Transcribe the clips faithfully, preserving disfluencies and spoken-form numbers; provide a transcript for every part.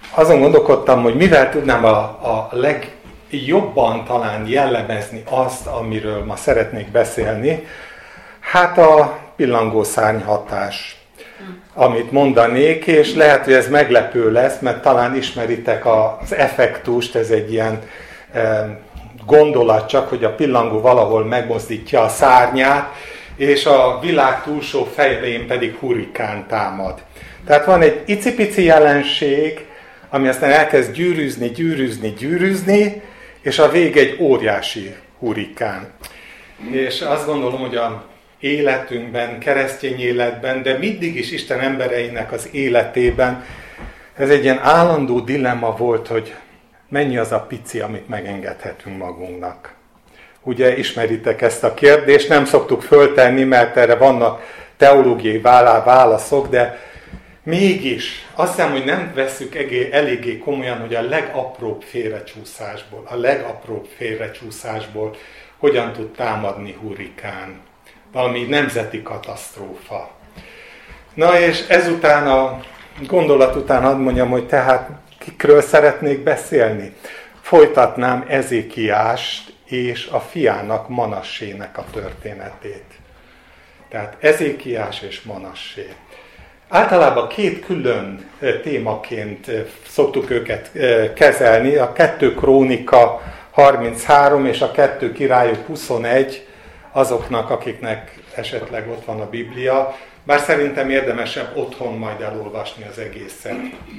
azon gondolkodtam, hogy mivel tudnám a, a legjobban talán jellemezni azt, amiről ma szeretnék beszélni. Hát a pillangószárny hatás, amit mondanék, és lehet, hogy ez meglepő lesz, mert talán ismeritek az effektust, ez egy ilyen gondolat csak, hogy a pillangó valahol megmozdítja a szárnyát, és a világ túlsó fején pedig hurrikán támad. Tehát van egy icipici jelenség, ami aztán elkezd gyűrűzni, gyűrűzni, gyűrűzni, és a vég egy óriási hurrikán. És azt gondolom, hogy a életünkben, keresztény életben, de mindig is Isten embereinek az életében ez egy ilyen állandó dilemma volt, hogy mennyi az a pici, amit megengedhetünk magunknak. Ugye ismeritek ezt a kérdést, nem szoktuk föltenni, mert erre vannak teológiai válaszok, de mégis azt hiszem, hogy nem vesszük eléggé komolyan, hogy a legapróbb félrecsúszásból, a legapróbb félrecsúszásból hogyan tud támadni hurrikán. Valami nemzeti katasztrófa. Na és ezután a gondolat után hadd mondjam, hogy tehát kikről szeretnék beszélni. Folytatnám Ezékiást és a fiának, Manassének a történetét. Tehát Ezékiás és Manassé. Általában két külön témaként szoktuk őket kezelni, a kettő Krónika harminchárom és a kettő Királyok huszonegy, azoknak, akiknek esetleg ott van a Biblia, bár szerintem érdemesebb otthon majd elolvasni az egészet.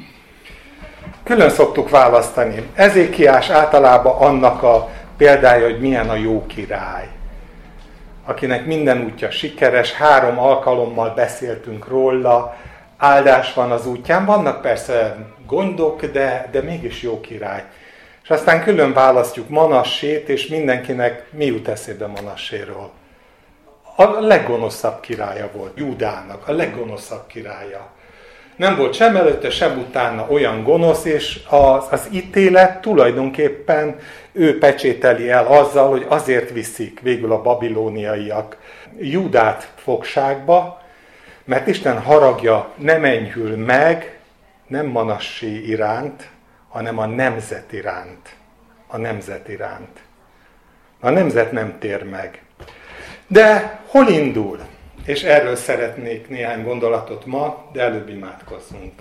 Külön szoktuk választani. Ezékiás általában annak a példája, hogy milyen a jó király, akinek minden útja sikeres, három alkalommal beszéltünk róla, áldás van az útján, vannak persze gondok, de, de mégis jó király. És aztán külön választjuk Manassét, és mindenkinek mi jut eszébe Manasséről. A leggonoszabb királya volt, Júdának, a leggonoszabb királya. Nem volt sem előtte, sem utána olyan gonosz, és az, az ítélet tulajdonképpen ő pecsételi el azzal, hogy azért viszik végül a babilóniaiak Júdát fogságba, mert Isten haragja nem enyhül meg, nem Manassé iránt, hanem a nemzet iránt. A nemzet iránt. A nemzet nem tér meg. De hol indul? És erről szeretnék néhány gondolatot ma, de előbb imádkozzunk.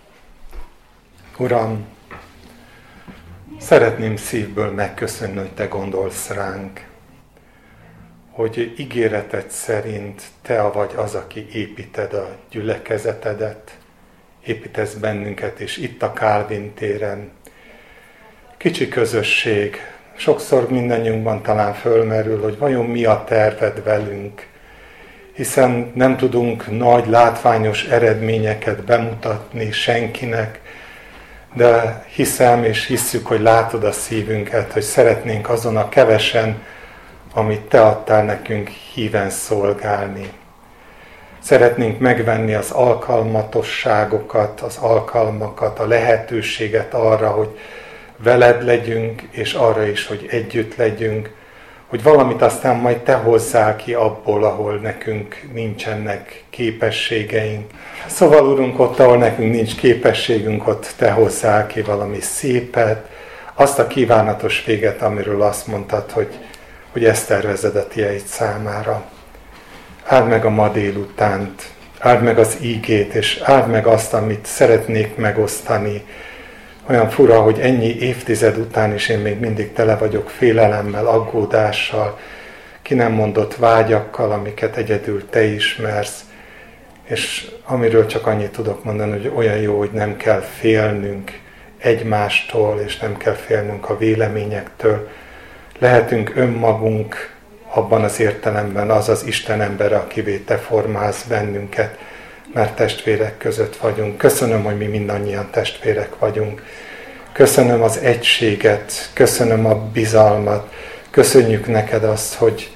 Uram, szeretném szívből megköszönni, hogy Te gondolsz ránk, hogy ígéreted szerint Te vagy az, aki építed a gyülekezetedet, építesz bennünket, és itt a Kálvin téren. Kicsi közösség, sokszor mindannyiunkban talán fölmerül, hogy vajon mi a terved velünk, hiszen nem tudunk nagy, látványos eredményeket bemutatni senkinek, de hiszem és hisszük, hogy látod a szívünket, hogy szeretnénk azon a kevesen, amit Te adtál nekünk, híven szolgálni. Szeretnénk megvenni az alkalmatosságokat, az alkalmakat, a lehetőséget arra, hogy veled legyünk, és arra is, hogy együtt legyünk, hogy valamit aztán majd Te hozzál ki abból, ahol nekünk nincsenek képességeink. Szóval, Urunk, ott, ahol nekünk nincs képességünk, ott Te hozzál ki valami szépet, azt a kívánatos véget, amiről azt mondtad, hogy, hogy ezt tervezed a Tieid számára. Áld meg a ma délutánt, áld meg az ígét, és áld meg azt, amit szeretnék megosztani. Olyan fura, hogy ennyi évtized után is én még mindig tele vagyok félelemmel, aggódással, ki nem mondott vágyakkal, amiket egyedül Te ismersz, és amiről csak annyit tudok mondani, hogy olyan jó, hogy nem kell félnünk egymástól, és nem kell félnünk a véleményektől. Lehetünk önmagunk abban az értelemben, az az Isten ember, akivé Te formálsz bennünket, mert testvérek között vagyunk. Köszönöm, hogy mi mindannyian testvérek vagyunk. Köszönöm az egységet, köszönöm a bizalmat, köszönjük neked azt, hogy,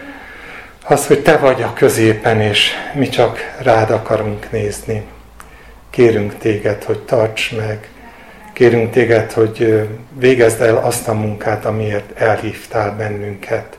azt, hogy Te vagy a középen, és mi csak rád akarunk nézni. Kérünk Téged, hogy tarts meg, kérünk Téged, hogy végezd el azt a munkát, amiért elhívtál bennünket.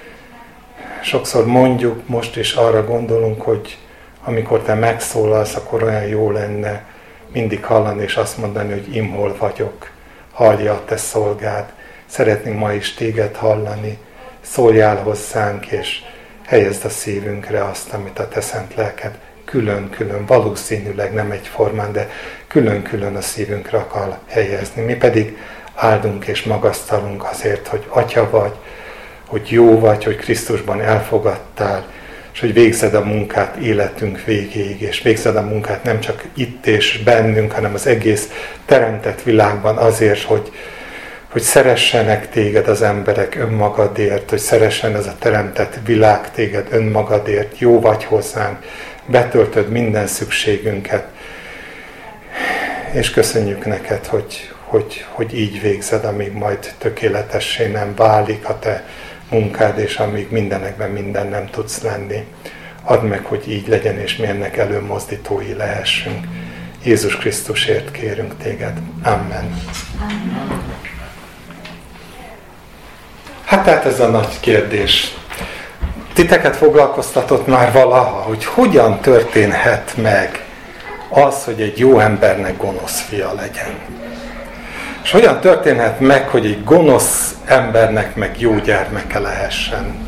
Sokszor mondjuk, most is arra gondolunk, hogy amikor Te megszólalsz, akkor olyan jó lenne mindig hallani és azt mondani, hogy im hol vagyok, hallja a te szolgád. Szeretnénk ma is téged hallani, szóljál hozzánk, és helyezd a szívünkre azt, amit a te szent lelked külön-külön, valószínűleg nem egyformán, de külön-külön a szívünkre akar helyezni. Mi pedig áldunk és magasztalunk azért, hogy Atya vagy, hogy jó vagy, hogy Krisztusban elfogadtál, és hogy végzed a munkát életünk végéig, és végzed a munkát nem csak itt és bennünk, hanem az egész teremtett világban azért, hogy, hogy szeressenek téged az emberek önmagadért, hogy szeressen ez a teremtett világ téged önmagadért, jó vagy hozzánk, betöltöd minden szükségünket, és köszönjük neked, hogy, hogy, hogy így végzed, amíg majd tökéletessé nem válik a te munkád, és amíg mindenekben minden nem tudsz lenni. Add meg, hogy így legyen, és mi ennek előmozdítói lehessünk. Jézus Krisztusért kérünk téged. Amen. Amen. Hát tehát ez a nagy kérdés. Titeket foglalkoztatott már valaha, hogy hogyan történhet meg az, hogy egy jó embernek gonosz fia legyen. És hogyan történhet meg, hogy egy gonosz embernek meg jó gyermeke lehessen?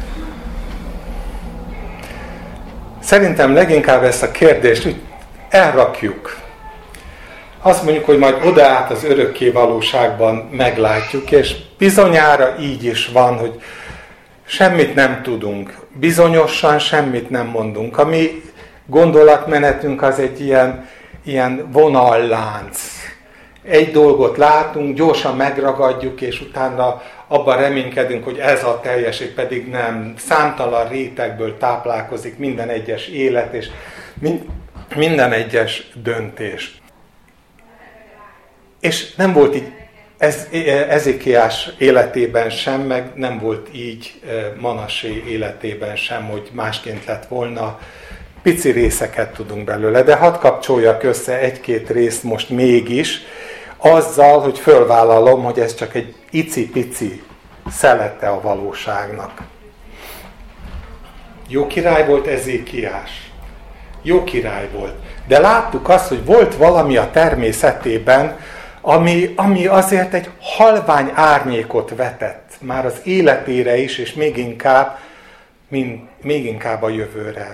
Szerintem leginkább ezt a kérdést úgy elrakjuk. Azt mondjuk, hogy majd oda át az örökké valóságban meglátjuk, és bizonyára így is van, hogy semmit nem tudunk. Bizonyosan semmit nem mondunk. A mi gondolatmenetünk az egy ilyen, ilyen vonallánc. Egy dolgot látunk, gyorsan megragadjuk, és utána abban reménykedünk, hogy ez a teljesség, pedig nem. Számtalan rétegből táplálkozik minden egyes élet, és minden egyes döntés. És nem volt így ez, Ezékiás életében sem, meg nem volt így Manassé életében sem, hogy másként lett volna. Pici részeket tudunk belőle, de hadd kapcsoljak össze egy-két részt most mégis, azzal, hogy fölvállalom, hogy ez csak egy icipici szelete a valóságnak. Jó király volt Ezékiás. Jó király volt. De láttuk azt, hogy volt valami a természetében, ami, ami azért egy halvány árnyékot vetett már az életére is, és még inkább, mint, még inkább a jövőre.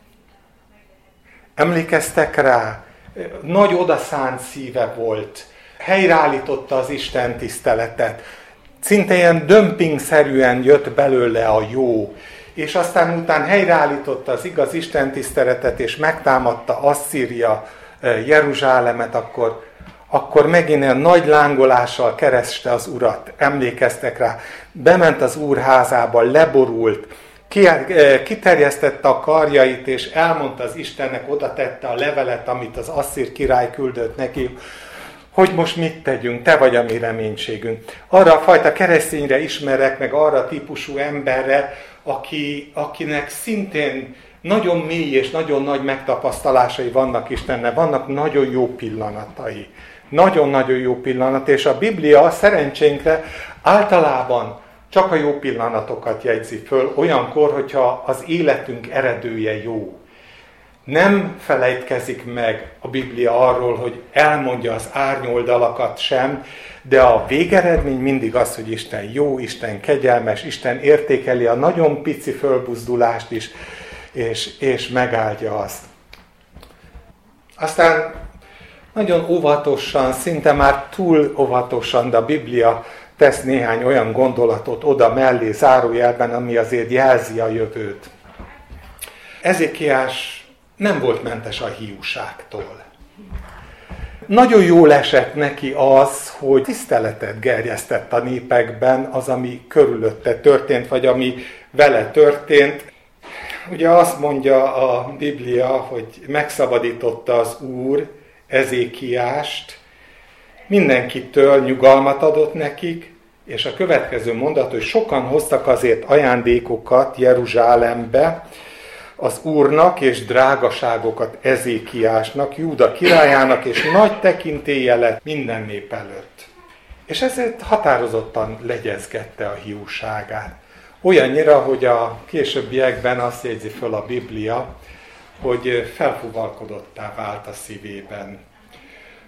Emlékeztek rá? Nagy odaszánt szíve volt. Helyreállította az Isten tiszteletet. Szinte ilyen dömpingszerűen jött belőle a jó. És aztán után helyreállította az igaz Isten tiszteletet, és megtámadta Asszíria Jeruzsálemet, akkor, akkor megint olyan nagy lángolással kereste az Urat. Emlékeztek rá? Bement az Úr házába, leborult, kiterjesztette a karjait, és elmondta az Istennek, oda tette a levelet, amit az asszír király küldött neki, hogy most mit tegyünk, te vagy a mi reménységünk. Arra a fajta keresztényre ismerek, meg arra a típusú emberre, aki, akinek szintén nagyon mély és nagyon nagy megtapasztalásai vannak Istennel, vannak nagyon jó pillanatai. Nagyon-nagyon jó pillanat, és a Biblia szerencsénkre általában csak a jó pillanatokat jegyzi föl, olyankor, hogyha az életünk eredője jó. Nem felejtkezik meg a Biblia arról, hogy elmondja az árnyoldalakat sem, de a végeredmény mindig az, hogy Isten jó, Isten kegyelmes, Isten értékeli a nagyon pici fölbuzdulást is, és, és megáldja azt. Aztán nagyon óvatosan, szinte már túl óvatosan, de a Biblia tesz néhány olyan gondolatot oda mellé zárójelben, ami azért jelzi a jövőt. Ezékiás nem volt mentes a hiúságtól. Nagyon jól esett neki az, hogy tiszteletet gerjesztett a népekben az, ami körülötte történt, vagy ami vele történt. Ugye azt mondja a Biblia, hogy megszabadította az Úr Ezékiást, mindenkitől nyugalmat adott nekik, és a következő mondat, hogy sokan hoztak azért ajándékokat Jeruzsálembe az Úrnak, és drágaságokat Ezékiásnak, Júda királyának, és nagy tekintélye lett minden nép előtt. És ezért határozottan legyezgette a hiúságát. Olyannyira, hogy a későbbiekben azt jegyzi föl a Biblia, hogy felfuvalkodottá vált a szívében.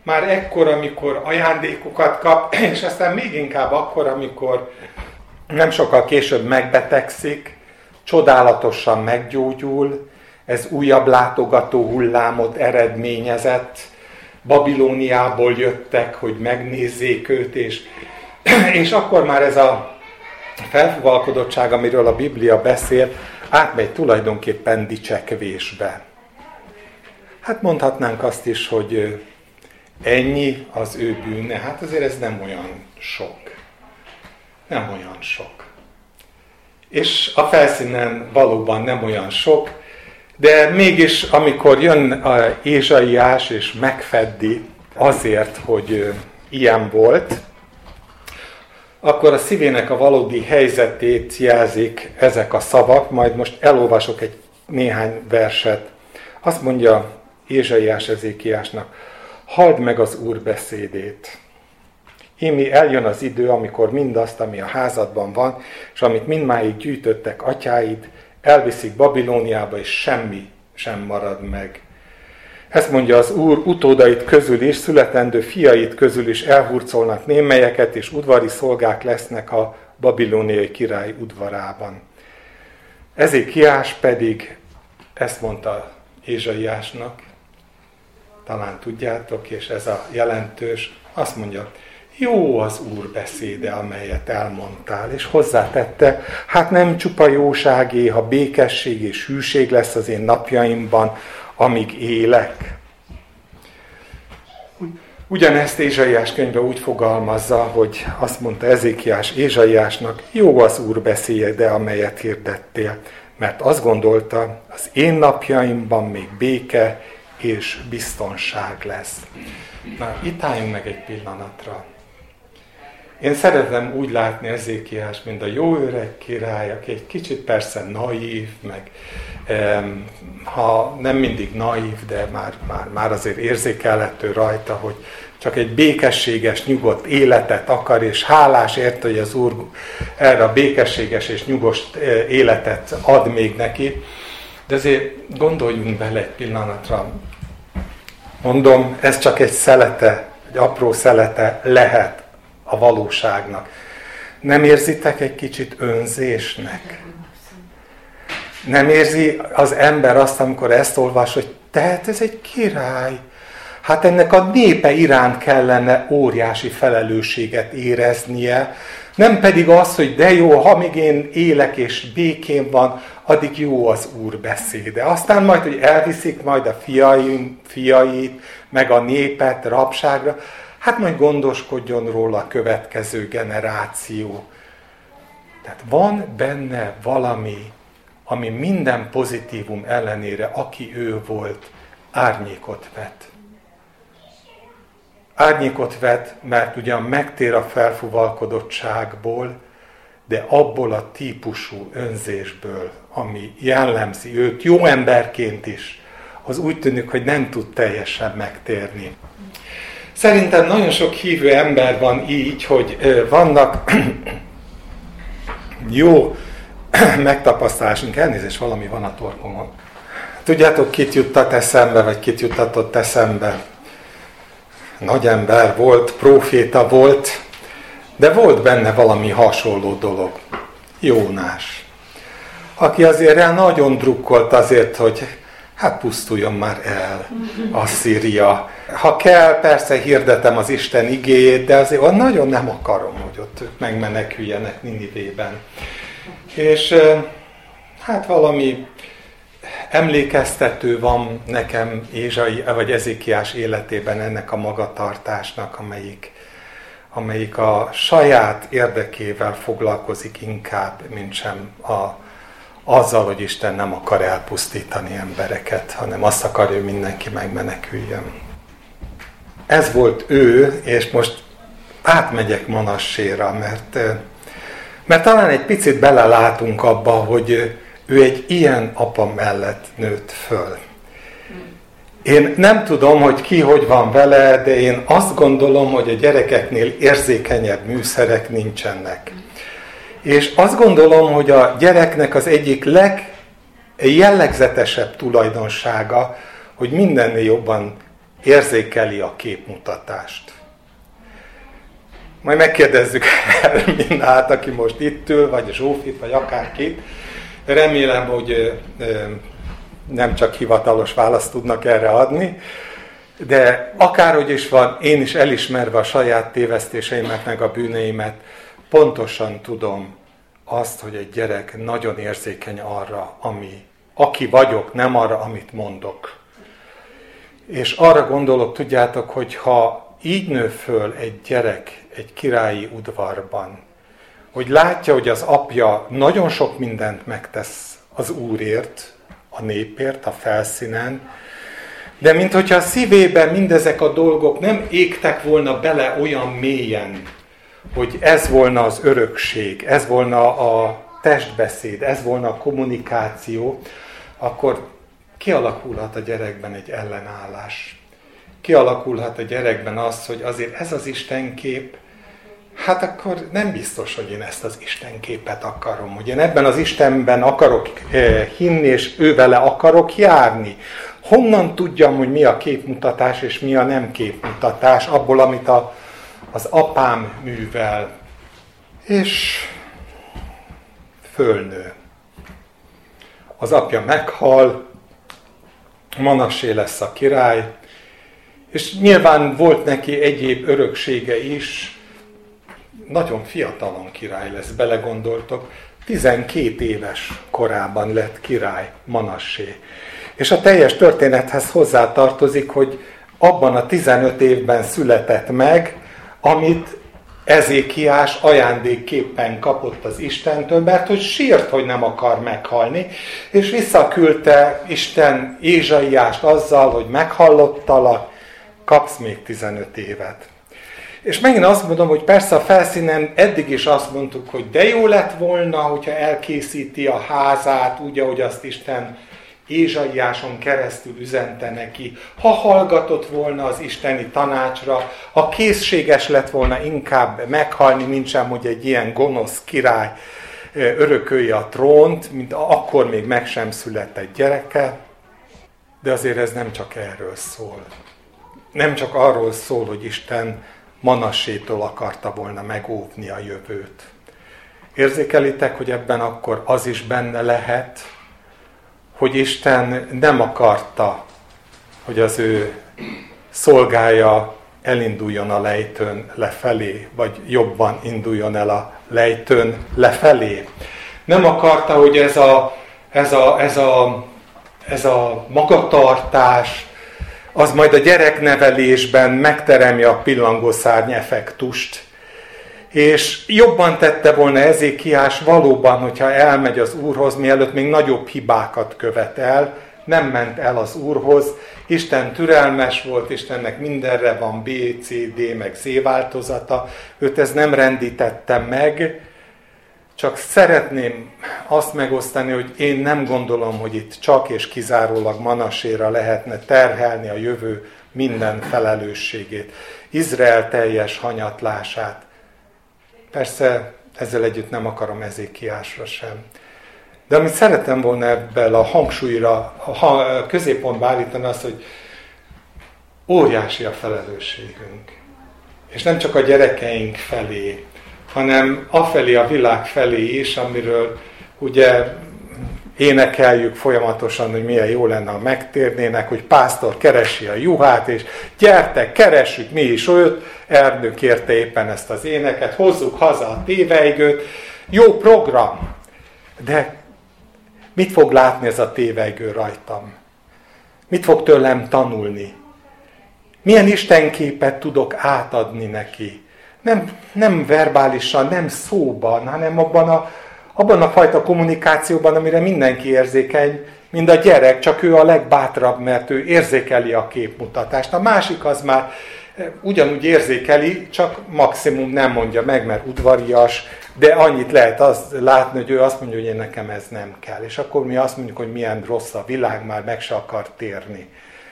már ekkor, amikor ajándékokat kap, és aztán még inkább akkor, amikor nem sokkal később megbetegszik, csodálatosan meggyógyul, ez újabb látogató hullámot eredményezett, Babilóniából jöttek, hogy megnézzék őt, és, és akkor már ez a felfúvalkodottság, amiről a Biblia beszél, átmegy tulajdonképpen dicsekvésbe. Hát mondhatnánk azt is, hogy ennyi az ő bűne, hát azért ez nem olyan sok. Nem olyan sok. És a felszínen valóban nem olyan sok, de mégis, amikor jön a Ézsaiás és megfeddi azért, hogy ilyen volt, akkor a szívének a valódi helyzetét jelzik ezek a szavak, majd most elolvasok egy néhány verset. Azt mondja Ézsaiás Ezékiásnak, halld meg az Úr beszédét. Ími eljön az idő, amikor mindazt, ami a házadban van, és amit mindmáig gyűjtöttek atyáid, elviszik Babilóniába, és semmi sem marad meg. Ezt mondja az Úr, utódait közül is, születendő fiait közül is elhurcolnak némelyeket, és udvari szolgák lesznek a babilóniai király udvarában. Ezékiás pedig ezt mondta Ézsaiásnak, talán tudjátok, és ez a jelentős, azt mondja, jó az Úr beszéde, amelyet elmondtál, és hozzátette, hát nem csupa jóságé, ha békesség és hűség lesz az én napjaimban, amíg élek. Ugyanezt Ézsaiás könyve úgy fogalmazza, hogy azt mondta Ezékiás Ézsaiásnak, jó az Úr beszéde, amelyet hirdettél, mert azt gondolta, az én napjaimban még béke és biztonság lesz. Na, itt álljunk meg egy pillanatra. Én szeretem úgy látni Ezékiást, mint a jó öreg király, aki egy kicsit persze naív, meg ha nem mindig naív, de már, már, már azért érzékelhető rajta, hogy csak egy békességes, nyugodt életet akar, és hálás érte, hogy az Úr erre a békességes és nyugos életet ad még neki. De azért gondoljunk bele egy pillanatra. Mondom, ez csak egy szelete, egy apró szelete lehet a valóságnak. Nem érzitek egy kicsit önzésnek? Nem érzi az ember azt, amikor ezt olvas, hogy tehát ez egy király. Hát ennek a népe iránt kellene óriási felelősséget éreznie, nem pedig az, hogy de jó, ha még én élek és békén van, addig jó az Úr beszéde. Aztán majd, hogy elviszik majd a fiaim, fiait, meg a népet rabságra, hát majd gondoskodjon róla a következő generáció. Tehát van benne valami, ami minden pozitívum ellenére, aki ő volt, árnyékot vet. Árnyékot vet, mert ugyan megtér a felfúvalkodottságból, de abból a típusú önzésből, ami jellemzi őt jó emberként is, az úgy tűnik, hogy nem tud teljesen megtérni. Szerintem nagyon sok hívő ember van így, hogy vannak jó megtapasztalásunk, elnézést, valami van a torkomon. Tudjátok, kit juttat eszembe, vagy kit juttatott eszembe? Nagy ember volt, próféta volt, de volt benne valami hasonló dolog. Jónás. Aki azért nagyon drukkolt azért, hogy hát pusztuljon már el Asszíria. Ha kell, persze hirdetem az Isten igéjét, de azért nagyon nem akarom, hogy ott ők megmeneküljenek Ninivében. És hát valami emlékeztető van nekem Ézsai, vagy Ezékiás életében ennek a magatartásnak, amelyik, amelyik a saját érdekével foglalkozik inkább, mint sem a, azzal, hogy Isten nem akar elpusztítani embereket, hanem azt akarja, hogy mindenki megmeneküljön. Ez volt ő, és most átmegyek Manasséra, mert, mert talán egy picit belelátunk abba, hogy ő egy ilyen apa mellett nőtt föl. Én nem tudom, hogy ki hogy van vele, de én azt gondolom, hogy a gyerekeknél érzékenyebb műszerek nincsenek. És azt gondolom, hogy a gyereknek az egyik legjellegzetesebb tulajdonsága, hogy mindennél jobban érzékeli a képmutatást. Majd megkérdezzük mindent, aki most itt ül, vagy Zsófit, vagy akárkit. Remélem, hogy nem csak hivatalos választ tudnak erre adni, de akárhogy is van, én is elismerve a saját tévesztéseimet, meg a bűneimet, pontosan tudom azt, hogy egy gyerek nagyon érzékeny arra, ami, aki vagyok, nem arra, amit mondok. És arra gondolok, tudjátok, hogy ha így nő föl egy gyerek egy királyi udvarban, hogy látja, hogy az apja nagyon sok mindent megtesz az Úrért, a népért, a felszínen, de minthogyha a szívében mindezek a dolgok nem égtek volna bele olyan mélyen, hogy ez volna az örökség, ez volna a testbeszéd, ez volna a kommunikáció, akkor kialakulhat a gyerekben egy ellenállás. Kialakulhat a gyerekben az, hogy azért ez az Istenkép, hát akkor nem biztos, hogy én ezt az Istenképet akarom, hogy én ebben az Istenben akarok hinni, és ő vele akarok járni. Honnan tudjam, hogy mi a képmutatás, és mi a nem képmutatás, abból, amit a, az apám művel. És fölnő. Az apja meghal, Manassé lesz a király, és nyilván volt neki egyéb öröksége is, nagyon fiatalon király lesz, belegondoltok, tizenkét éves korában lett király Manassé. És a teljes történethez hozzátartozik, hogy abban a tizenöt évben született meg, amit Ezékiás ajándékképpen kapott az Istentől, mert hogy sírt, hogy nem akar meghalni, és visszaküldte Isten Ézsaiást azzal, hogy meghallottalak, kapsz még tizenöt évet. És megint azt mondom, hogy persze a felszínen eddig is azt mondtuk, hogy de jó lett volna, hogyha elkészíti a házát, úgy, ahogy azt Isten Ézsaiáson keresztül üzente neki, ha hallgatott volna az isteni tanácsra, ha készséges lett volna inkább meghalni, mint sem, hogy egy ilyen gonosz király örökölje a trónt, mint akkor még meg sem született gyereke. De azért ez nem csak erről szól. Nem csak arról szól, hogy Isten Manassétól akarta volna megóvni a jövőt. Érzékelitek, hogy ebben akkor az is benne lehet, hogy Isten nem akarta, hogy az ő szolgája elinduljon a lejtőn lefelé, vagy jobban induljon el a lejtőn lefelé. Nem akarta, hogy ez a, ez a, ez a, ez a magatartás, az majd a gyereknevelésben megteremje a pillangószárny effektust, és jobban tette volna Ezékiás valóban, hogyha elmegy az Úrhoz, mielőtt még nagyobb hibákat követel, nem ment el az Úrhoz. Isten türelmes volt, Istennek mindenre van B, C, D, meg Z változata. Őt ez nem rendítette meg, csak szeretném azt megosztani, hogy én nem gondolom, hogy itt csak és kizárólag Manasséra lehetne terhelni a jövő minden felelősségét, Izrael teljes hanyatlását. Persze ezzel együtt nem akarom Ezékiásra sem. De amit szeretem volna ebből a hangsúlyra, a középpontba állítani azt, hogy óriási a felelősségünk. És nem csak a gyerekeink felé, hanem afelé a világ felé is, amiről ugye énekeljük folyamatosan, hogy milyen jó lenne, ha megtérnének, hogy pásztor keresi a juhát, és gyertek, keressük mi is őt, Ernő kérte éppen ezt az éneket, hozzuk haza a tévejgőt, jó program, de mit fog látni ez a tévejgő rajtam? Mit fog tőlem tanulni? Milyen istenképet tudok átadni neki? Nem, nem verbálisan, nem szóban, hanem abban a, abban a fajta kommunikációban, amire mindenki érzékeny, mint a gyerek, csak ő a legbátrabb, mert ő érzékeli a képmutatást. A másik az már ugyanúgy érzékeli, csak maximum nem mondja meg, mert udvarias, de annyit lehet azt látni, hogy ő azt mondja, hogy én nekem ez nem kell. És akkor mi azt mondjuk, hogy milyen rossz a világ, már meg se akar térni.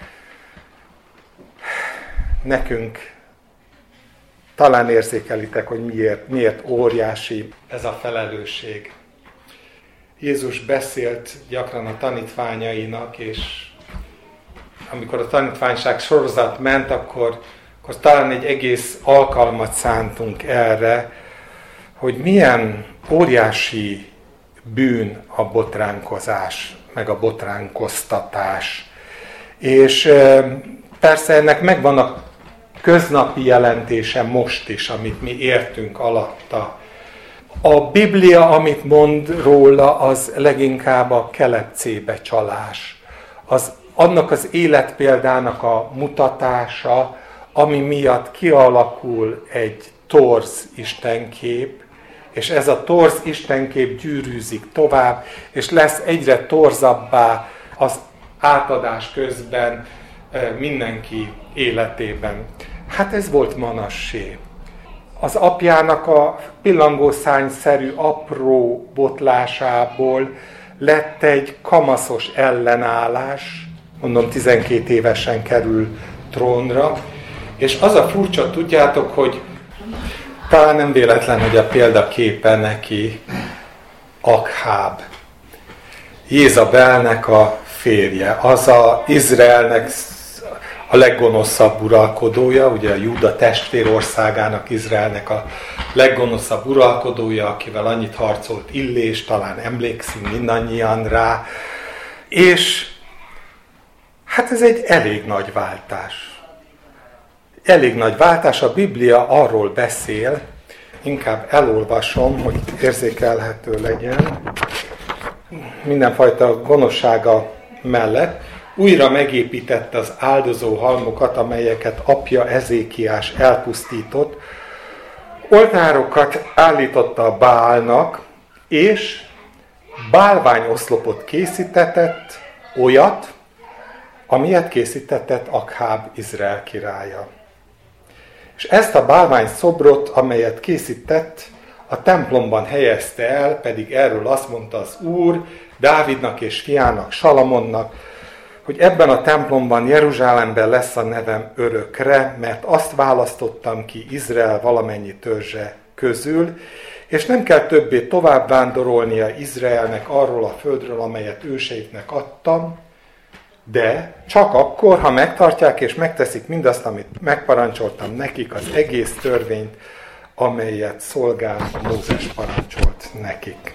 Nekünk talán érzékelitek, hogy miért, miért óriási ez a felelősség. Jézus beszélt gyakran a tanítványainak, és amikor a tanítványság sorozat ment, akkor, akkor talán egy egész alkalmat szántunk erre, hogy milyen óriási bűn a botránkozás, meg a botránkoztatás. És persze ennek megvan a köznapi jelentése most is, amit mi értünk alatta. A Biblia, amit mond róla, az leginkább a kelepcébe csalás. Az, annak az életpéldának a mutatása, ami miatt kialakul egy torz istenkép, és ez a torz istenkép gyűrűzik tovább, és lesz egyre torzabbá az átadás közben mindenki életében. Hát ez volt Manassé. Az apjának a pillangószárnyszerű apró botlásából lett egy kamaszos ellenállás, mondom, tizenkét évesen kerül trónra, és az a furcsa, tudjátok, hogy talán nem véletlen, hogy a példaképe neki Akháb, Jézabelnek a férje, az a Izraelnek a leggonoszabb uralkodója, ugye a Júda testvérországának, Izraelnek a leggonoszabb uralkodója, akivel annyit harcolt Illés, talán emlékszünk mindannyian rá, és hát ez egy elég nagy váltás. Elég nagy váltás, a Biblia arról beszél, inkább elolvasom, hogy érzékelhető legyen, mindenfajta gonoszsága mellett, újra megépítette az áldozó halmokat, amelyeket apja Ezékiás elpusztított, oltárokat állította a Bálnak, és bálványoszlopot készítetett, olyat, amilyet készítetett Akháb Izrael királya. És ezt a bálvány szobrot, amelyet készített, a templomban helyezte el, pedig erről azt mondta az Úr Dávidnak és fiának Salamonnak, hogy ebben a templomban, Jeruzsálemben lesz a nevem örökre, mert azt választottam ki Izrael valamennyi törzse közül, és nem kell többé tovább vándorolnia Izraelnek arról a földről, amelyet őseiknek adtam, de csak akkor, ha megtartják és megteszik mindazt, amit megparancsoltam nekik, az egész törvényt, amelyet szolgál Mózes parancsolt nekik.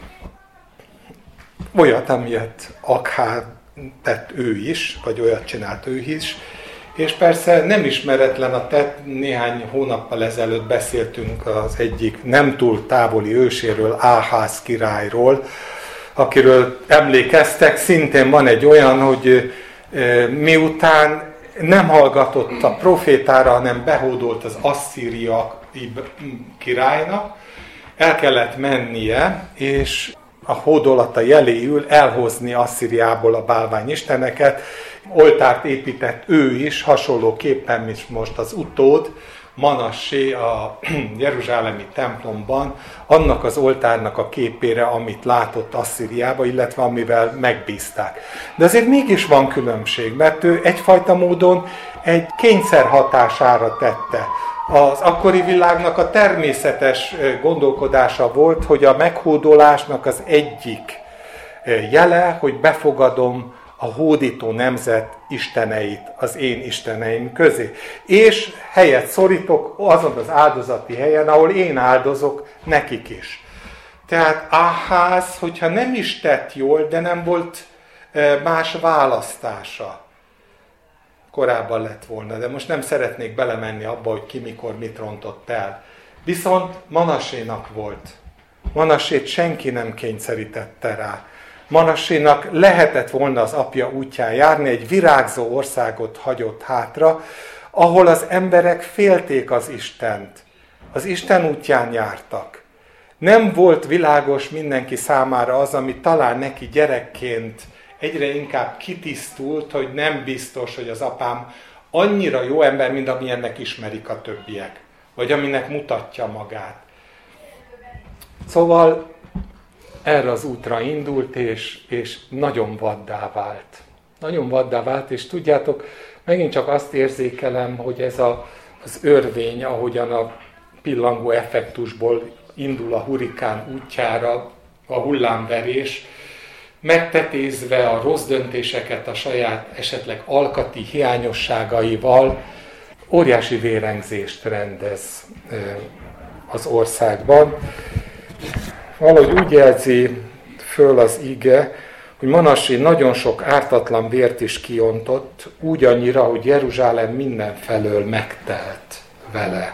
Olyat, amilyet Akháb tett ő is, vagy olyat csinált ő is, és persze nem ismeretlen a tett, néhány hónappal ezelőtt beszéltünk az egyik nem túl távoli őséről, Áház királyról, akiről emlékeztek, szintén van egy olyan, hogy miután nem hallgatott a profétára, hanem behódolt az asszíria királynak, el kellett mennie, és a hódolata jeléül elhozni Asszíriából a bálványisteneket. Oltárt épített ő is, hasonlóképpen, mint most az utód, Manassé a jeruzsálemi templomban, annak az oltárnak a képére, amit látott Asszíriába, illetve amivel megbízták. De azért mégis van különbség, mert ő egyfajta módon egy kényszer hatására tette. Az akkori világnak a természetes gondolkodása volt, hogy a meghódolásnak az egyik jele, hogy befogadom a hódító nemzet isteneit az én isteneim közé. És helyet szorítok azon az áldozati helyen, ahol én áldozok nekik is. Tehát Áház, hogyha nem is tett jól, de nem volt más választása. Korábban lett volna, de most nem szeretnék belemenni abba, hogy ki mikor mit rontott el. Viszont Manassénak volt. Manassét senki nem kényszerítette rá. Manassénak lehetett volna az apja útján járni, egy virágzó országot hagyott hátra, ahol az emberek félték az Istent. Az Isten útján jártak. Nem volt világos mindenki számára az, ami talán neki gyerekként egyre inkább kitisztult, hogy nem biztos, hogy az apám annyira jó ember, mint amilyennek ismerik a többiek, vagy aminek mutatja magát. Szóval erre az útra indult, és, és nagyon vaddá vált. Nagyon vaddá vált, és tudjátok, megint csak azt érzékelem, hogy ez a, az örvény, ahogyan a pillangó effektusból indul a hurikán útjára, a hullámverés, megtetézve a rossz döntéseket a saját esetleg alkati hiányosságaival, óriási vérengzést rendez az országban. Valahogy úgy jelzi föl az ige, hogy Manassé nagyon sok ártatlan vért is kiontott, úgy annyira, hogy Jeruzsálem mindenfelől megtelt vele.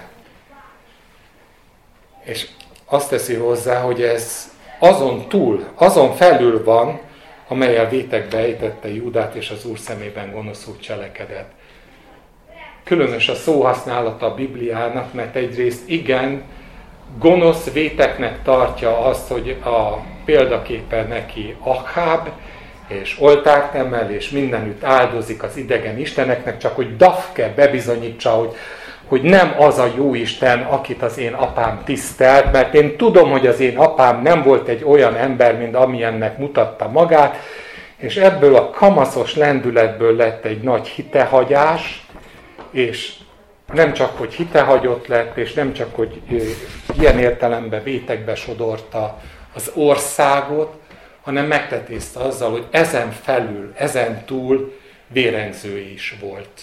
És azt teszi hozzá, hogy ez azon túl, azon felül van, amellyel vétekbe ejtette Júdát, és az Úr szemében gonoszul cselekedett. Különös a szóhasználata a Bibliának, mert egyrészt igen, gonosz véteknek tartja azt, hogy a példaképpen neki Aháb, és oltárt emel, és mindenütt áldozik az idegen isteneknek, csak hogy Dafke bebizonyítsa, hogy, hogy nem az a jó Isten, akit az én apám tisztelt, mert én tudom, hogy az én apám nem volt egy olyan ember, mint amilyennek mutatta magát, és ebből a kamaszos lendületből lett egy nagy hitehagyás, és nem csak, hogy hitehagyott lett, és nem csak, hogy ilyen értelemben vétekbe sodorta az országot, hanem megtetézte azzal, hogy ezen felül, ezen túl vérengző is volt.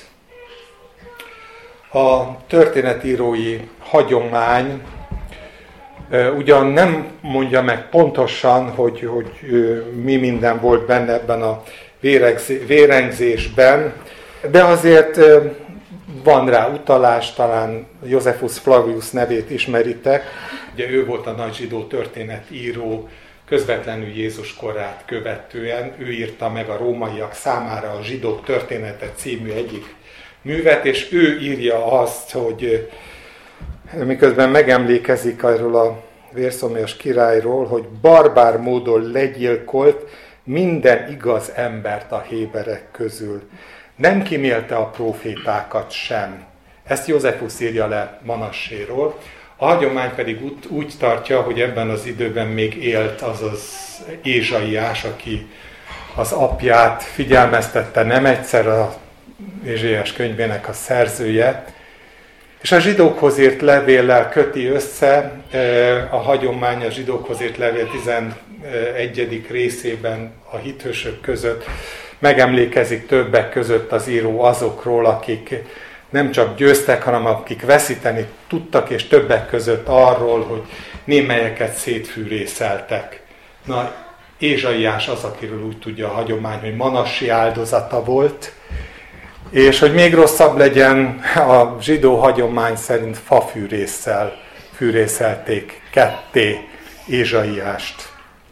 A történetírói hagyomány ugyan nem mondja meg pontosan, hogy, hogy mi minden volt benne ebben a vérengzésben, de azért van rá utalás, talán Josephus Flavius nevét ismeritek. Ugye ő volt a nagy zsidó történetíró, közvetlenül Jézus korát követően. Ő írta meg a rómaiak számára a Zsidók története című egyik művet, és ő írja azt, hogy miközben megemlékezik arról a vérszomjas királyról, hogy barbár módon legyilkolt minden igaz embert a héberek közül. Nem kímélte a prófétákat sem. Ezt Józsefus írja le Manasséról. A hagyomány pedig úgy, úgy tartja, hogy ebben az időben még élt az az Ézsaiás, aki az apját figyelmeztette nem egyszer, a Ézsaiás könyvének a szerzője, és a zsidókhoz írt levéllel köti össze a hagyomány, a zsidókhoz írt levél tizenegyedik részében a hithősök között megemlékezik többek között az író azokról, akik nem csak győztek, hanem akik veszíteni tudtak, és többek között arról, hogy némelyeket szétfűrészeltek. Na, Ézsaiás az, akiről úgy tudja a hagyomány, hogy Manassé áldozata volt, és hogy még rosszabb legyen, a zsidó hagyomány szerint fafűrésszel fűrészelték ketté Ézsaiást.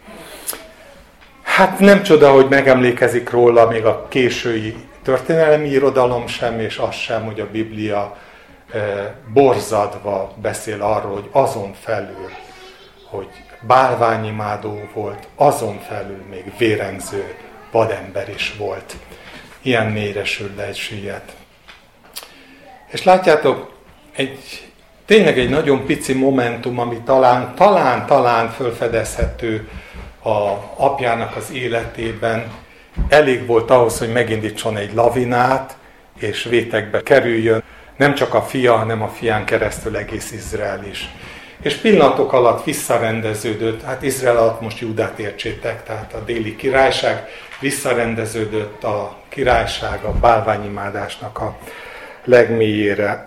Hát nem csoda, hogy megemlékezik róla még a késői történelmi irodalom sem, és az sem, hogy a Biblia e, borzadva beszél arról, hogy azon felül, hogy bálványimádó volt, azon felül még vérengző vadember is volt. Ilyen mélyre sült le egy süllyed. És látjátok, egy, tényleg egy nagyon pici momentum, ami talán, talán, talán fölfedezhető a apjának az életében, elég volt ahhoz, hogy megindítson egy lavinát, és vétekbe kerüljön, nem csak a fia, hanem a fián keresztül egész Izrael is. És pillanatok alatt visszarendeződött, hát Izrael alatt most Júdát értsétek, tehát a déli királyság, visszarendeződött a királyság a bálványimádásnak a legmélyére.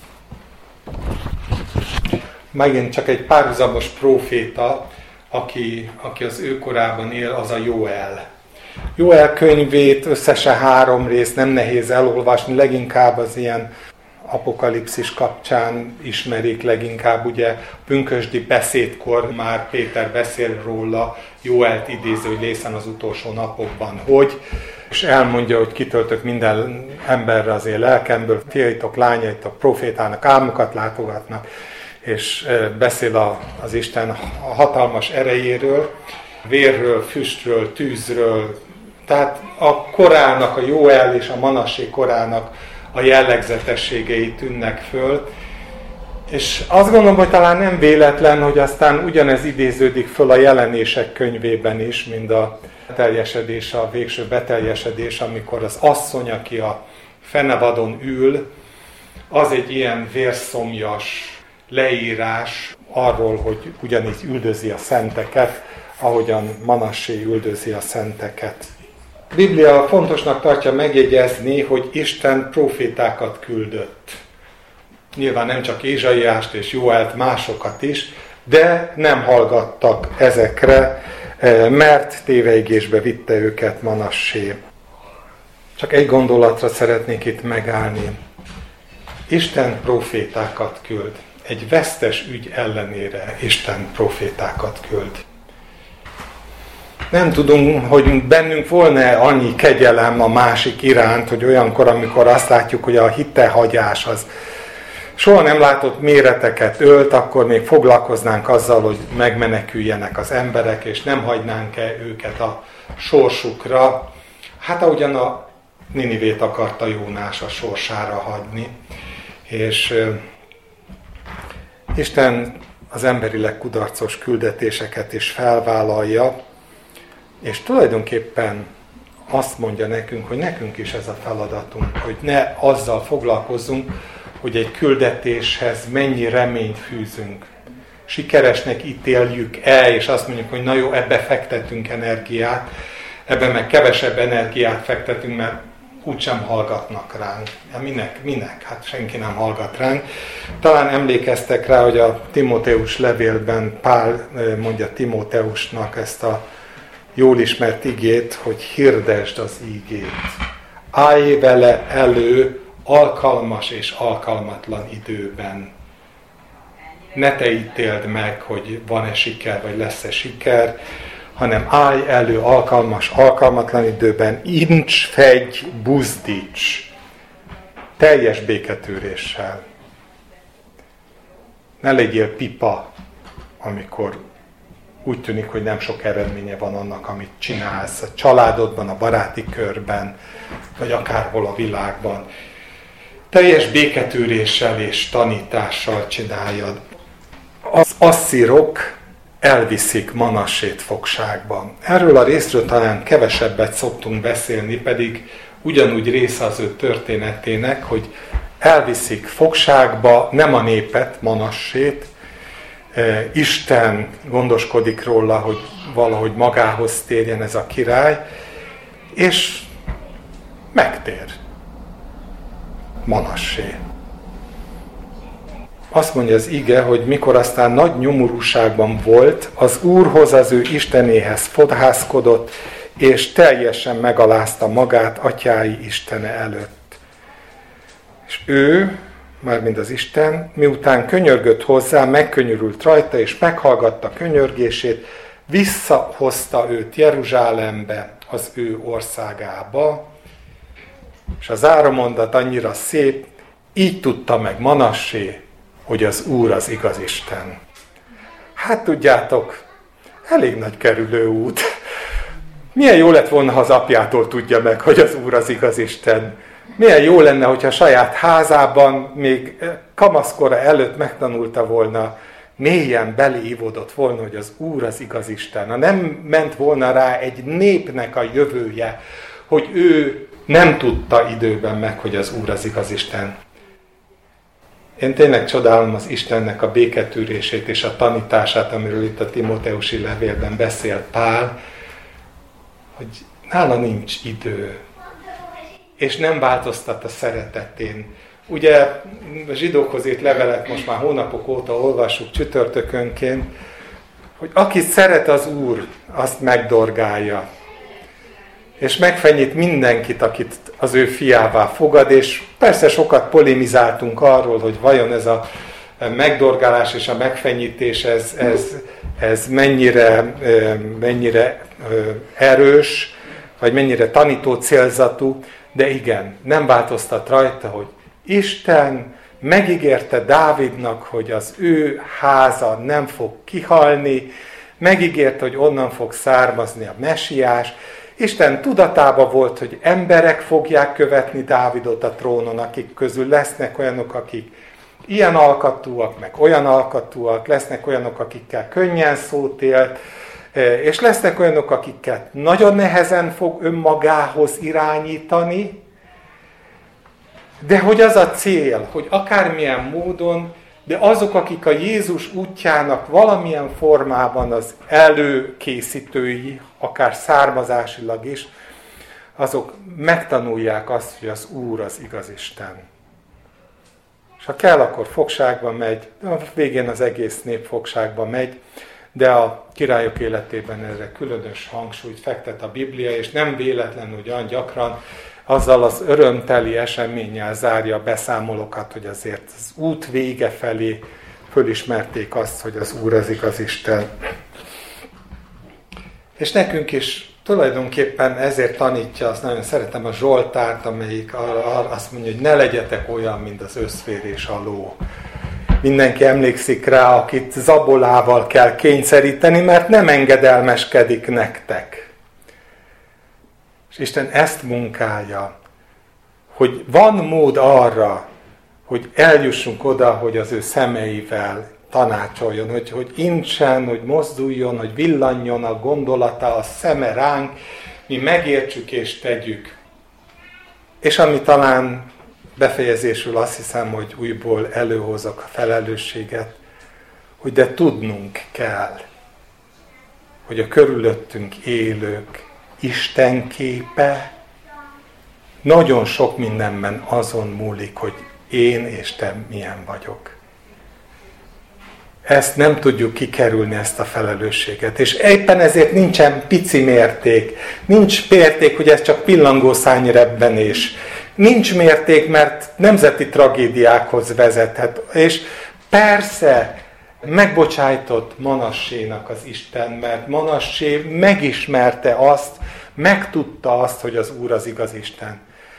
Megint csak egy párhuzamos próféta, aki, aki az ő korában él, az a Jóel. Jóel könyvét összesen három rész, nem nehéz elolvasni, leginkább az ilyen apokalipszis kapcsán ismerik leginkább, ugye pünkösdi beszédkor már Péter beszél róla, Jóelt idéző, hogy lészen az utolsó napokban, hogy, és elmondja, hogy kitöltök minden emberre az én lelkemből, fiaitok, lányaitok, profétának álmokat látogatnak, és beszél a, az Isten a hatalmas erejéről, vérről, füstről, tűzről, tehát a korának, a Jóel és a Manassé korának a jellegzetességei tűnnek föl. És azt gondolom, hogy talán nem véletlen, hogy aztán ugyanez idéződik föl a Jelenések könyvében is, mint a beteljesedés, a végső beteljesedés, amikor az asszony, aki a fenevadon ül, az egy ilyen vérszomjas leírás arról, hogy ugyanígy üldözi a szenteket, ahogyan Manassé üldözi a szenteket. A Biblia fontosnak tartja megjegyezni, hogy Isten profétákat küldött. Nyilván nem csak Ézsaiást és Jóelt, másokat is, de nem hallgattak ezekre, mert téveigésbe vitte őket Manassé. Csak egy gondolatra szeretnék itt megállni. Isten profétákat küld. Egy vesztes ügy ellenére Isten profétákat küld. Nem tudom, hogy bennünk volna annyi kegyelem a másik iránt, hogy olyankor, amikor azt látjuk, hogy a hitehagyás az soha nem látott méreteket ölt, akkor még foglalkoznánk azzal, hogy megmeneküljenek az emberek, és nem hagynánk-e őket a sorsukra. Hát ahogyan a Ninivét akarta Jónás a sorsára hagyni. És uh, Isten az emberileg kudarcos küldetéseket is felvállalja, és tulajdonképpen azt mondja nekünk, hogy nekünk is ez a feladatunk, hogy ne azzal foglalkozzunk, hogy egy küldetéshez mennyi reményt fűzünk. Sikeresnek ítéljük-e, és azt mondjuk, hogy na jó, ebbe fektetünk energiát, ebben meg kevesebb energiát fektetünk, mert úgysem hallgatnak ránk. Ja, minek? Minek? Hát senki nem hallgat ránk. Talán emlékeztek rá, hogy a Timóteus levélben Pál mondja Timóteusnak ezt a jól ismert igét, hogy hirdesd az ígét. Állj vele elő alkalmas és alkalmatlan időben. Ne te ítéld meg, hogy van-e siker, vagy lesz-e siker, hanem állj elő alkalmas, alkalmatlan időben, incs, fegy, buzdíts, teljes béketűréssel. Ne legyél pipa, amikor úgy tűnik, hogy nem sok eredménye van annak, amit csinálsz a családodban, a baráti körben, vagy akárhol a világban. Teljes béketűréssel és tanítással csináljad. Az asszírok elviszik Manassét fogságba. Erről a részről talán kevesebbet szoktunk beszélni, pedig ugyanúgy része az ő történetének, hogy elviszik fogságba nem a népet, Manassét, Isten gondoskodik róla, hogy valahogy magához térjen ez a király, és megtér Manassé. Azt mondja az ige, hogy mikor aztán nagy nyomorúságban volt, az Úrhoz, az ő Istenéhez fodhászkodott, és teljesen megalázta magát atyái Istene előtt. És ő, mármint az Isten, miután könyörgött hozzá, megkönyörült rajta, és meghallgatta könyörgését, visszahozta őt Jeruzsálembe, az ő országába, és az zárómondat annyira szép, így tudta meg Manassé, hogy az Úr az igaz Isten. Hát tudjátok, elég nagy kerülő út. Milyen jó lett volna, ha az apjától tudja meg, hogy az Úr az igaz Isten. Milyen jó lenne, hogyha saját házában még kamaszkora előtt megtanulta volna, mélyen beleívódott volna, hogy az Úr az igaz Isten. Ha nem ment volna rá egy népnek a jövője, hogy ő nem tudta időben meg, hogy az Úr az igaz Isten. Én tényleg csodálom az Istennek a béketűrését és a tanítását, amiről itt a Timóteusi levélben beszél Pál, hogy nála nincs idő, és nem változtat a szeretetén. Ugye a zsidókhoz írt levelet most már hónapok óta olvassuk csütörtökönként, hogy akit szeret az Úr, azt megdorgálja. És megfenyít mindenkit, akit az ő fiává fogad, és persze sokat polémizáltunk arról, hogy vajon ez a megdorgálás és a megfenyítés, ez, ez, ez mennyire, mennyire erős, vagy mennyire tanító célzatú, de igen, nem változtat rajta, hogy Isten megígérte Dávidnak, hogy az ő háza nem fog kihalni, megígérte, hogy onnan fog származni a mesiás. Isten tudatában volt, hogy emberek fogják követni Dávidot a trónon, akik közül lesznek olyanok, akik ilyen alkatúak, meg olyan alkatúak, lesznek olyanok, akikkel könnyen szót élt, és lesznek olyanok, akiket nagyon nehezen fog önmagához irányítani, de hogy az a cél, hogy akármilyen módon de azok, akik a Jézus útjának valamilyen formában az előkészítői, akár származásilag is, azok megtanulják azt, hogy az Úr az igaz Isten. És ha kell, akkor fogságba megy, a végén az egész nép fogságba megy, de a királyok életében erre különös hangsúlyt fektet a Biblia, és nem véletlenül olyan gyakran azzal az örömteli eseménnyel zárja a beszámolókat, hogy azért az út vége felé fölismerték azt, hogy az Úr az igaz Isten. És nekünk is tulajdonképpen ezért tanítja, azt nagyon szeretem a Zsoltárt, amelyik azt mondja, hogy ne legyetek olyan, mint az összvér és a ló. Mindenki emlékszik rá, akit zabolával kell kényszeríteni, mert nem engedelmeskedik nektek. És Isten ezt munkálja, hogy van mód arra, hogy eljussunk oda, hogy az ő szemeivel tanácsoljon, hogy, hogy incsen, hogy mozduljon, hogy villanjon a gondolata, a szeme ránk, mi megértsük és tegyük. És ami talán befejezésül azt hiszem, hogy újból előhozok a felelősséget, hogy de tudnunk kell, hogy a körülöttünk élők Isten képe nagyon sok mindenben azon múlik, hogy én és te milyen vagyok. Ezt nem tudjuk kikerülni, ezt a felelősséget. És éppen ezért nincsen pici mérték. Nincs mérték, hogy ez csak pillangószárnyrebbenés. Nincs mérték, mert nemzeti tragédiákhoz vezethet. És persze megbocsájtott Manassénak az Isten, mert Manassé megismerte azt, megtudta azt, hogy az Úr az igaz Isten.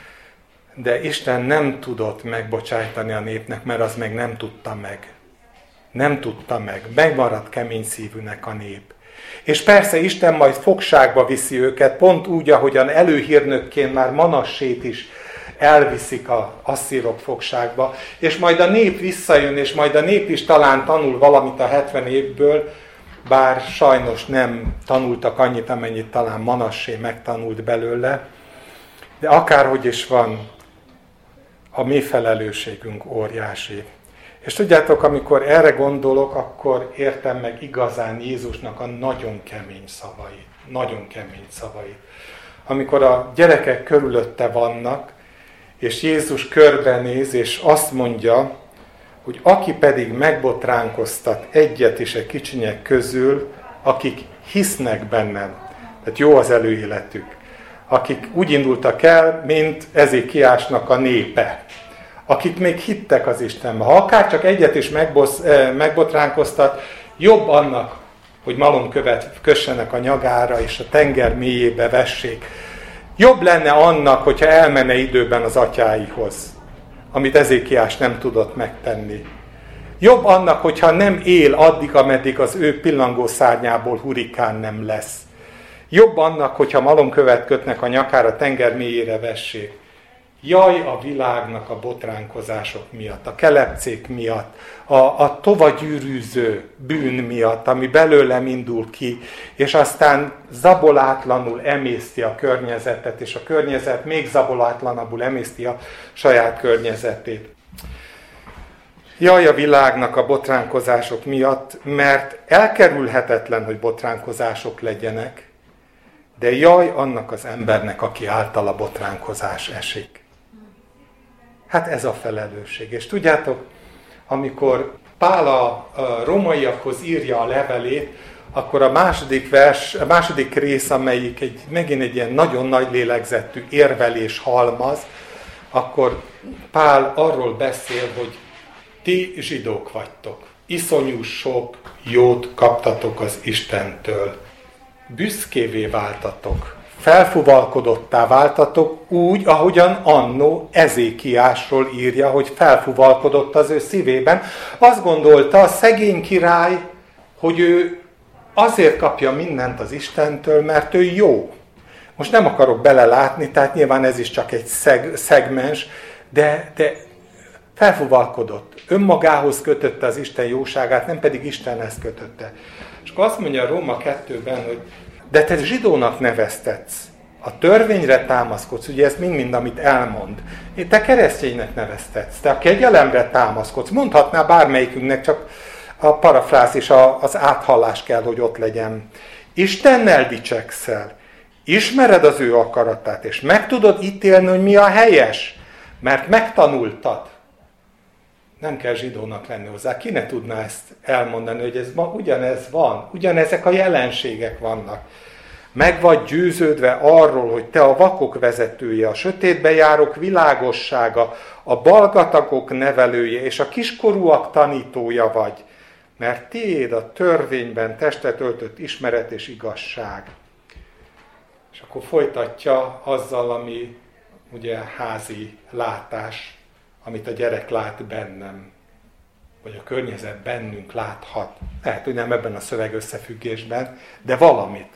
De Isten nem tudott megbocsájtani a népnek, mert az meg nem tudta meg. Nem tudta meg. Megmaradt kemény szívűnek a nép. És persze Isten majd fogságba viszi őket, pont úgy, ahogyan előhírnökként már Manassét is elviszik az asszírok fogságba, és majd a nép visszajön, és majd a nép is talán tanul valamit a hetven évből, bár sajnos nem tanultak annyit, amennyit talán Manassé megtanult belőle, de akárhogy is van, a mi felelősségünk óriási. És tudjátok, amikor erre gondolok, akkor értem meg igazán Jézusnak a nagyon kemény szavait. Nagyon kemény szavait. Amikor a gyerekek körülötte vannak, és Jézus körbenéz, és azt mondja, hogy aki pedig megbotránkoztat egyet is a kicsinyek közül, akik hisznek bennem, tehát jó az előéletük, akik úgy indultak el, mint Ezékiásnak a népe, akik még hittek az Istenbe. Ha akár csak egyet is megbosz, megbotránkoztat, jobb annak, hogy malomkövet kössenek a nyagára, és a tenger mélyébe vessék. Jobb lenne annak, hogyha elmenne időben az atyáihoz, amit Ezékiás nem tudott megtenni. Jobb annak, hogyha nem él addig, ameddig az ő pillangó szárnyából hurikán nem lesz. Jobb annak, hogyha malomkövet kötnek a nyakára, tenger mélyére vessék. Jaj a világnak a botránkozások miatt, a kelepcék miatt, a, a tovagyűrűző bűn miatt, ami belőlem indul ki, és aztán zabolátlanul emészti a környezetet, és a környezet még zabolátlanabbul emészti a saját környezetét. Jaj a világnak a botránkozások miatt, mert elkerülhetetlen, hogy botránkozások legyenek, de jaj annak az embernek, aki által a botránkozás esik. Hát ez a felelősség. És tudjátok, amikor Pál a rómaiakhoz írja a levelét, akkor a második vers, a második rész, amelyik egy, megint egy ilyen nagyon nagy lélegzetű érvelés halmaz, akkor Pál arról beszél, hogy ti zsidók vagytok. Iszonyú sok jót kaptatok az Istentől. Büszkévé váltatok. Felfuvalkodottá váltatok úgy, ahogyan annó Ezékiásról írja, hogy felfuvalkodott az ő szívében. Azt gondolta a szegény király, hogy ő azért kapja mindent az Istentől, mert ő jó. Most nem akarok belelátni, tehát nyilván ez is csak egy szeg, szegmens, de, de felfuvalkodott. Önmagához kötötte az Isten jóságát, nem pedig Istenhez kötötte. És akkor azt mondja a Róma kettőben, hogy de te zsidónak neveztetsz a törvényre támaszkodsz, ugye ez mind-mind, amit elmond. Te kereszténynek neveztetsz, te a kegyelemre támaszkodsz, mondhatná bármelyikünknek, csak a parafrázis, az áthallás kell, hogy ott legyen. Istennel dicsekszel, ismered az ő akaratát, és meg tudod ítélni, hogy mi a helyes, mert megtanultad. Nem kell zsidónak lenni hozzá. Ki ne tudná ezt elmondani, hogy ez ma ugyanez van, ugyanezek a jelenségek vannak. Meg vagy győződve arról, hogy te a vakok vezetője, a sötétbe járók világossága, a balgatagok nevelője és a kiskorúak tanítója vagy, mert tiéd a törvényben testet öltött ismeret és igazság. És akkor folytatja azzal, ami ugye házi látás, amit a gyerek lát bennem, vagy a környezet bennünk láthat. Lehet, hogy nem ebben a szöveg összefüggésben, de valamit.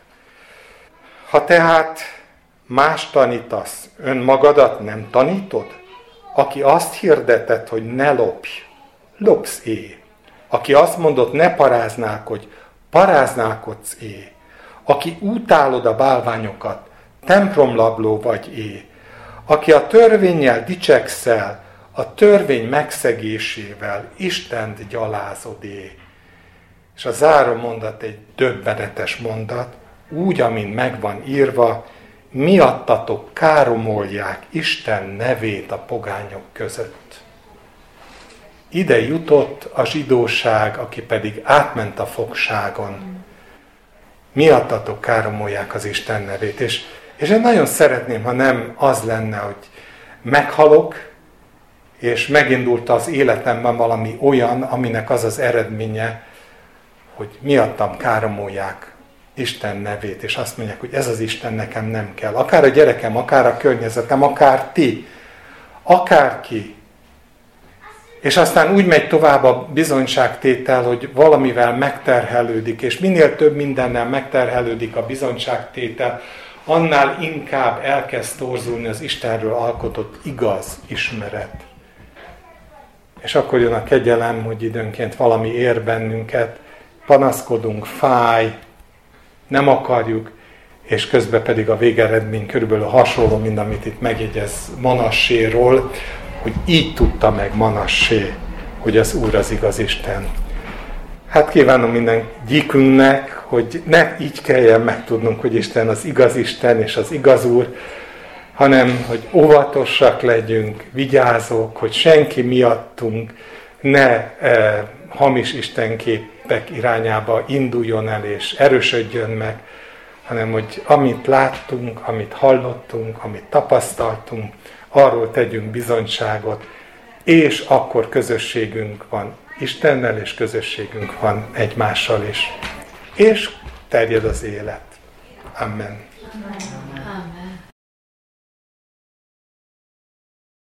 Ha tehát más tanítasz, önmagadat nem tanítod? Aki azt hirdetett, hogy ne lopj, lopsz é. Aki azt mondott, ne paráználkodj, paráználkodsz é. Aki utálod a bálványokat, templomlabló vagy é. Aki a törvénnyel dicsekszel, a törvény megszegésével Istent gyalázod é. És a záró mondat egy döbbenetes mondat, úgy, amint meg van írva, miattatok káromolják Isten nevét a pogányok között. Ide jutott a zsidóság, aki pedig átment a fogságon. Miattatok káromolják az Isten nevét. És, és én nagyon szeretném, ha nem az lenne, hogy meghalok, és megindult az életemben valami olyan, aminek az az eredménye, hogy miattam káromolják Isten nevét, és azt mondják, hogy ez az Isten nekem nem kell. Akár a gyerekem, akár a környezetem, akár ti, akárki. És aztán úgy megy tovább a bizonyságtétel, hogy valamivel megterhelődik, és minél több mindennel megterhelődik a bizonyságtétel, annál inkább elkezd torzulni az Istenről alkotott igaz ismeret. És akkor jön a kegyelem, hogy időnként valami ér bennünket, panaszkodunk, fáj, nem akarjuk, és közben pedig a végeredmény körülbelül hasonló, mint amit itt megjegyez Manasséról, hogy így tudta meg Manassé, hogy az Úr az igaz Isten. Hát kívánom minden gyíkünknek, hogy ne így kelljen megtudnunk, hogy Isten az igaz Isten és az igaz Úr, hanem hogy óvatosak legyünk, vigyázók, hogy senki miattunk ne eh, hamis istenképek irányába induljon el és erősödjön meg, hanem hogy amit láttunk, amit hallottunk, amit tapasztaltunk, arról tegyünk bizonyságot, és akkor közösségünk van Istennel, és közösségünk van egymással is. És terjed az élet. Amen.